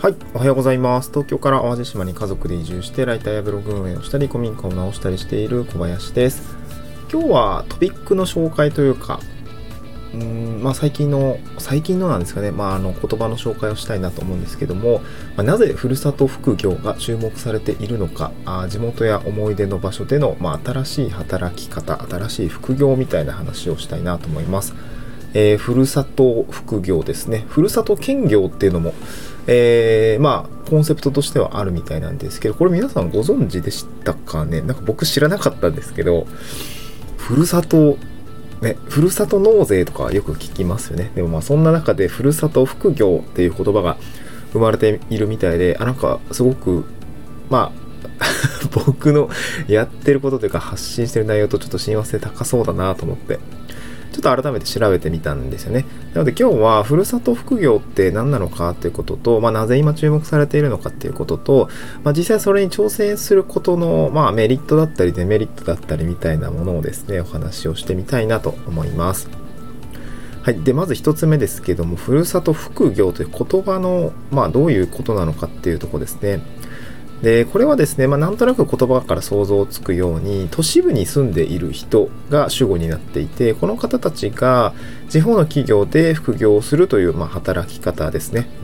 はい、おはようございます。東京から淡路島に家族で移住してライターやブログ運営をしたり古民家を直したりしている小林です。今日はトピックの紹介というか最近のなんですかね、言葉の紹介をしたいなと思うんですけども、なぜふるさと副業が注目されているのか、地元や思い出の場所での、新しい働き方、新しい副業みたいな話をしたいなと思います。ふるさと副業ですね。ふるさと兼業っていうのも、コンセプトとしてはあるみたいなんですけど、これ皆さんご存知でしたかね。なんか僕知らなかったんですけど、ふるさと納税とかよく聞きますよね。でもそんな中でふるさと副業っていう言葉が生まれているみたいで、なんかすごく僕のやってることというか発信してる内容とちょっと親和性高そうだなと思って、ちょっと改めて調べてみたんですよね。なので今日はふるさと副業って何なのかということと、なぜ今注目されているのかっていうことと、実際それに挑戦することの、メリットだったりデメリットだったりみたいなものをですね、お話をしてみたいなと思います。はい。で、まず一つ目ですけども、ふるさと副業という言葉の、どういうことなのかっていうところですね。で、これはですね、なんとなく言葉から想像つくように、都市部に住んでいる人が主語になっていて、この方たちが地方の企業で副業をするという、働き方ですね。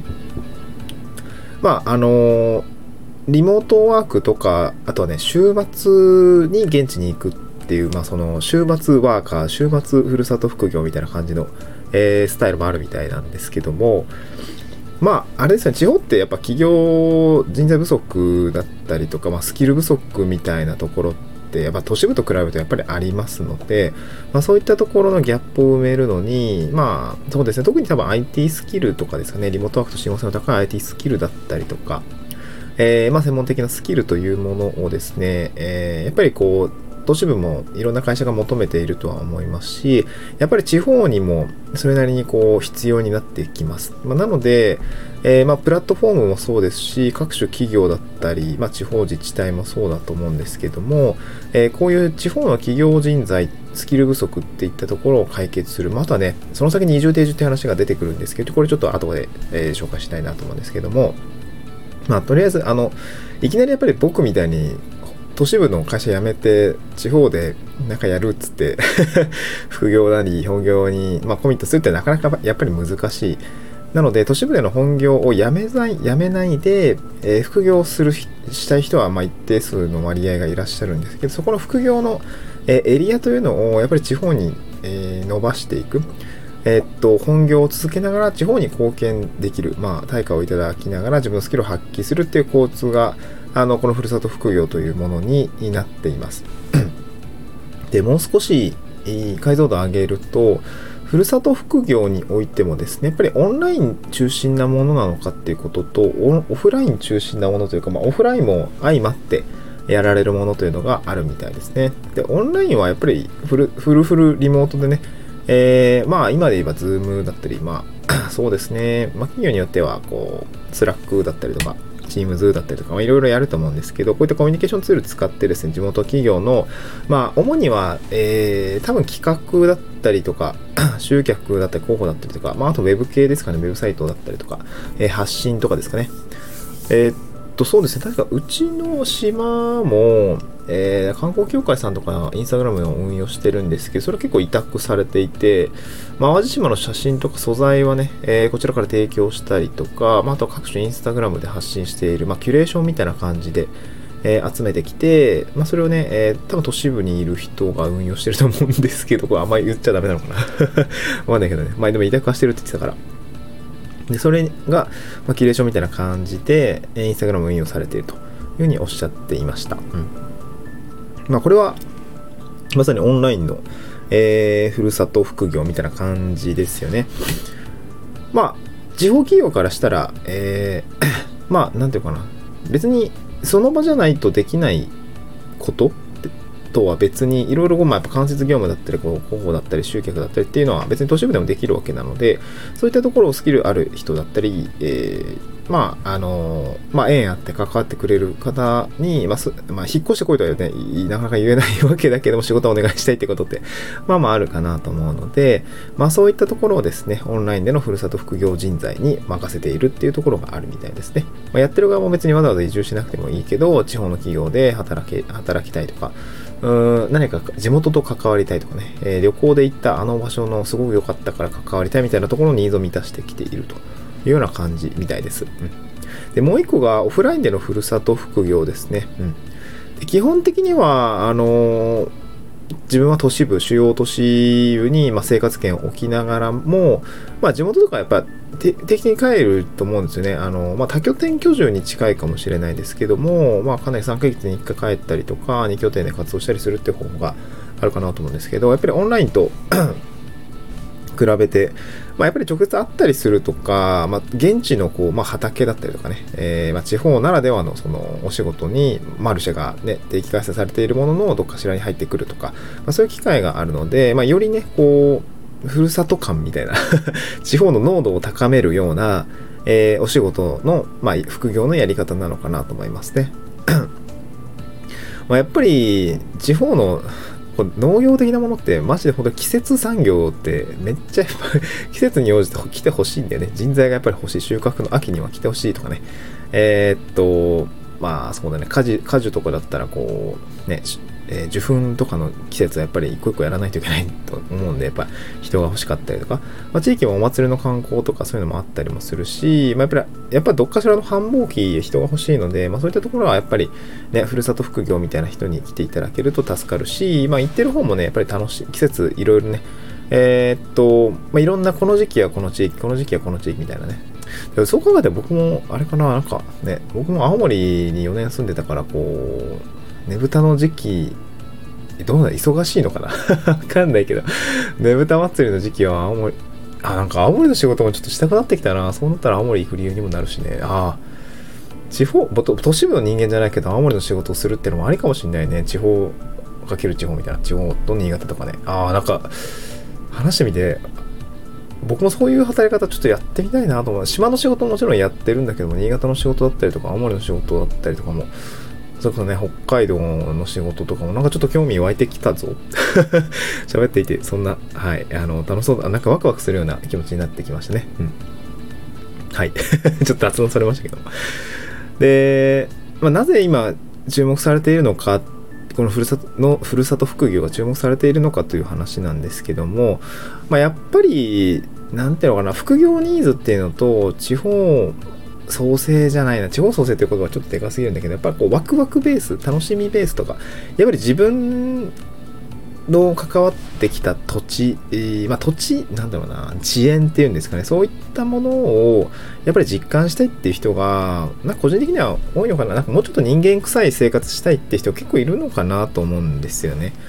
リモートワークとか、あとはね、週末に現地に行くっていう、その週末ワーカー、週末ふるさと副業みたいな感じの、スタイルもあるみたいなんですけども、あれですね、地方ってやっぱ企業人材不足だったりとか、スキル不足みたいなところってやっぱ都市部と比べるとやっぱりありますので、そういったところのギャップを埋めるのに、そうですね、特に多分 IT スキルとかですかね、リモートワークと親和性の高い IT スキルだったりとか、専門的なスキルというものをですね、やっぱり都市部もいろんな会社が求めているとは思いますし、やっぱり地方にもそれなりに必要になってきます。なので、プラットフォームもそうですし、各種企業だったり、地方自治体もそうだと思うんですけども、こういう地方の企業人材、スキル不足っていったところを解決する。あとはね、その先に移住定住って話が出てくるんですけど、これちょっと後で、紹介したいなと思うんですけども、とりあえず、いきなりやっぱり僕みたいに、都市部の会社辞めて地方でなんかやるっつって副業なり本業にコミットするってなかなかやっぱり難しい。なので都市部での本業を辞めないで、副業をしたい人は一定数の割合がいらっしゃるんですけど、そこの副業の、エリアというのをやっぱり地方に、伸ばしていく。本業を続けながら地方に貢献できる、対価をいただきながら自分のスキルを発揮するっていう構図がこのふるさと副業というものになっています。で、もう少し解像度を上げると、ふるさと副業においてもですね、やっぱりオンライン中心なものなのかっていうことと、オフライン中心なものというか、オフラインも相まってやられるものというのがあるみたいですね。で、オンラインはやっぱりフルリモートでね、今で言えばズームだったり、そうですね、企業によってはスラックだったりとか、チームズだったりとか、いろいろやると思うんですけど、こういったコミュニケーションツール使ってですね、地元企業の、主には、多分企画だったりとか、集客だったり、広報だったりとか、あとウェブ系ですかね、ウェブサイトだったりとか、発信とかですかね。そうですね、確かうちの島も、観光協会さんとかインスタグラムを運用してるんですけど、それは結構委託されていて、淡路島の写真とか素材はね、こちらから提供したりとか、あとは各種インスタグラムで発信している、キュレーションみたいな感じで、集めてきて、それをね、多分都市部にいる人が運用してると思うんですけど、これあんまり言っちゃダメなのかなわかんないけどね。でも委託はしてるって言ってたから。で、それが、キュレーションみたいな感じで、インスタグラム運用されているというふうにおっしゃっていました。これは、まさにオンラインの、ふるさと副業みたいな感じですよね。地方企業からしたら、なんていうかな。別に、その場じゃないとできないこととは別にいろいろやっぱ間接業務だったり広報だったり集客だったりっていうのは別に都市部でもできるわけなので、そういったところをスキルある人だったり、 縁あって関わってくれる方に、引っ越してこいとはね、なかなか言えないわけだけども、仕事をお願いしたいってことって、あるかなと思うので、そういったところをですね、オンラインでのふるさと副業人材に任せているっていうところがあるみたいですね。やってる側も別にわざわざ移住しなくてもいいけど、地方の企業で働きたいとか、何か地元と関わりたいとかね、旅行で行ったあの場所のすごく良かったから関わりたいみたいなところのニーズを満たしてきているというような感じみたいです。で、もう一個がオフラインでのふるさと副業ですね。で、基本的には、自分は都市部、主要都市部に生活圏を置きながらも、地元とかやっぱ定期的に帰ると思うんですよね。多拠点居住に近いかもしれないですけども、かなり3ヶ月に1回帰ったりとか、2拠点で活動したりするっていう方法があるかなと思うんですけど、やっぱりオンラインと比べて、やっぱり直接会ったりするとか、現地の畑だったりとかね、地方ならではのそのお仕事にマルシェがね、定期開催されているもののどっかしらに入ってくるとか、そういう機会があるので、よりね、ふるさと感みたいな地方の濃度を高めるような、お仕事の、副業のやり方なのかなと思いますね。やっぱり地方の農業的なものってマジで本当に季節産業ってめっちゃやっぱり季節に応じて来てほしいんだよね。人材がやっぱり欲しい。収穫の秋には来てほしいとかね。そうだね。果樹とかだったら受粉とかの季節はやっぱり一個一個やらないといけないと思うんで、やっぱ人が欲しかったりとか、地域もお祭りの観光とかそういうのもあったりもするし、やっぱりどっかしらの繁忙期人が欲しいので、そういったところはやっぱりね、ふるさと副業みたいな人に来ていただけると助かるし、行ってる方もね、やっぱり楽しい。季節いろいろね、いろんなこの時期はこの地域、この時期はこの地域みたいなね。そう考えて僕も、あれかな、僕も青森に4年住んでたから、ねぶたの時期、どうだ、忙しいのかなわかんないけど、ねぶた祭りの時期は青森の仕事もちょっとしたくなってきたな。そうなったら青森行く理由にもなるしね。都市部の人間じゃないけど、青森の仕事をするっていうのもありかもしれないね。地方かける地方みたいな。地方と新潟とかね。話してみて、僕もそういう働き方ちょっとやってみたいなと思う。島の仕事ももちろんやってるんだけども、新潟の仕事だったりとか、青森の仕事だったりとかも、それこそね、北海道の仕事とかもちょっと興味湧いてきたぞ。喋っていて、そんな、楽しそうだ、ワクワクするような気持ちになってきましたね。はい。ちょっと雑談されましたけど。で、なぜ今注目されているのか、このふるさと副業が注目されているのかという話なんですけども、やっぱり、なんていうのかな、副業ニーズっていうのと、地方創生じゃないな。地方創生という言葉はちょっとでかすぎるんだけど、やっぱりワクワクベース、楽しみベースとか、やっぱり自分の関わってきた土地、なんだろうな、遅延っていうんですかね。そういったものを、やっぱり実感したいっていう人が、個人的には多いのかな。もうちょっと人間臭い生活したいって人結構いるのかなと思うんですよね。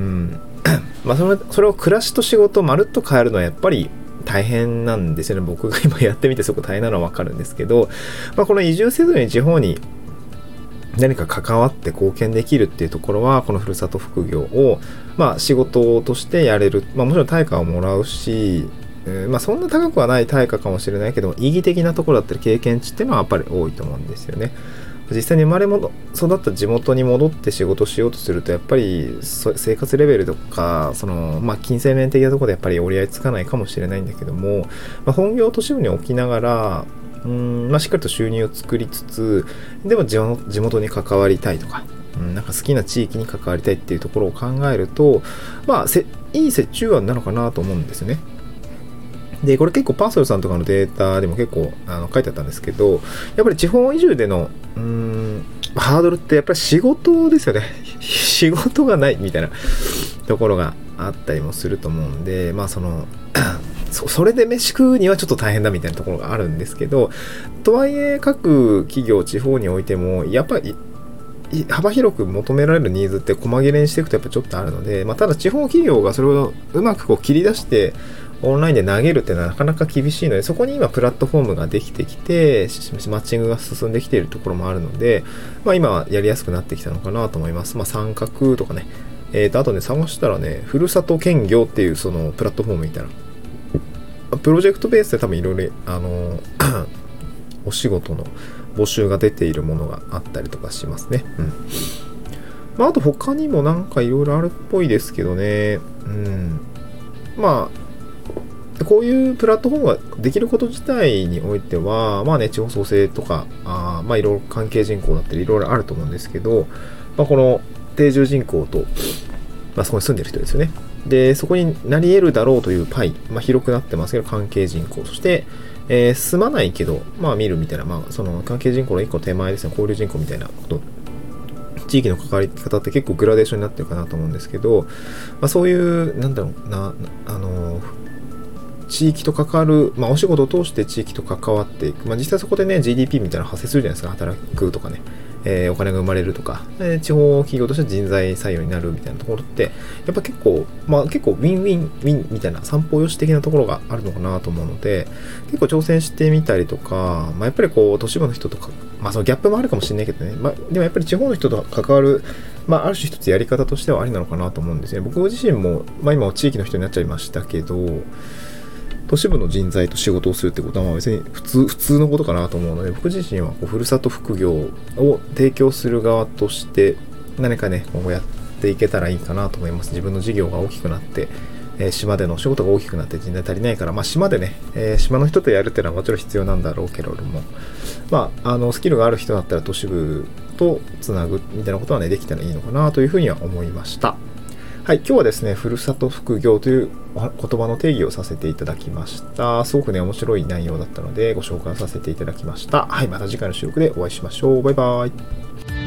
それを暮らしと仕事をまるっと変えるのはやっぱり、大変なんですよね。僕が今やってみてすごく大変なのはわかるんですけど、この移住せずに地方に何か関わって貢献できるっていうところは、このふるさと副業を、仕事としてやれる。もちろん対価をもらうし、そんな高くはない対価かもしれないけど、意義的なところだったり経験値っていうのはやっぱり多いと思うんですよね。実際に育った地元に戻って仕事しようとすると、やっぱり生活レベルとか、金銭面的なところでやっぱり折り合いつかないかもしれないんだけども、本業を都市部に置きながら、しっかりと収入を作りつつ、でも地元に関わりたいとか、好きな地域に関わりたいっていうところを考えると、いい折衷案なのかなと思うんですよね。で、これ結構パーソルさんとかのデータでも結構書いてあったんですけど、やっぱり地方移住でのハードルってやっぱり仕事ですよね。仕事がないみたいなところがあったりもすると思うんで、それで飯食うにはちょっと大変だみたいなところがあるんですけど、とはいえ各企業地方においてもやっぱり幅広く求められるニーズって細切れにしていくとやっぱちょっとあるので、ただ地方企業がそれをうまく切り出してオンラインで投げるっていうのはなかなか厳しいので、そこに今プラットフォームができてきて、マッチングが進んできているところもあるので、今はやりやすくなってきたのかなと思います。参画とかね。あとね、探したらね、ふるさと兼業っていうそのプラットフォームみたいな。プロジェクトベースで多分いろいろ、 お仕事の募集が出ているものがあったりとかしますね。うん。まあ、あと他にもなんかいろいろあるっぽいですけどね。うん。まあ、こういうプラットフォームができること自体においては、まあね、地方創生とか、まあいろいろ関係人口だったりいろいろあると思うんですけど、まあこの定住人口と、まあそこに住んでる人ですよね。で、そこになり得るだろうというパイ、まあ広くなってますけど、関係人口、そして、住まないけど、まあ見るみたいな、まあその関係人口の一個手前ですね、交流人口みたいなこと地域の関わり方って結構グラデーションになってるかなと思うんですけど、まあ、そういう、なんだろうな、地域と関わる、まあ、お仕事を通して地域と関わっていく。まあ、実際そこでね、GDP みたいなの発生するじゃないですか。働くとかね。お金が生まれるとか、地方企業として人材採用になるみたいなところって、やっぱ結構、まあ結構ウィンウィン、ウィンみたいな三方よし的なところがあるのかなと思うので、結構挑戦してみたりとか、まあやっぱりこう、都市部の人とか、まあそのギャップもあるかもしれないけどね、まあでもやっぱり地方の人と関わる、まあある種一つやり方としてはありなのかなと思うんですね。僕自身も、まあ今は地域の人になっちゃいましたけど、都市部の人材と仕事をするってことはまあ別に普通のことかなと思うので、僕自身はこうふるさと副業を提供する側として何かね、今後やっていけたらいいかなと思います。自分の事業が大きくなって、島での仕事が大きくなって人材足りないから、まあ島でね、島の人とやるっていうのはもちろん必要なんだろうけれども、まあ、スキルがある人だったら都市部とつなぐみたいなことはね、できたらいいのかなというふうには思いました。はい、今日はですね、ふるさと副業という言葉の定義をさせていただきました。すごくね、面白い内容だったのでご紹介させていただきました。はい、また次回の収録でお会いしましょう。バイバイ。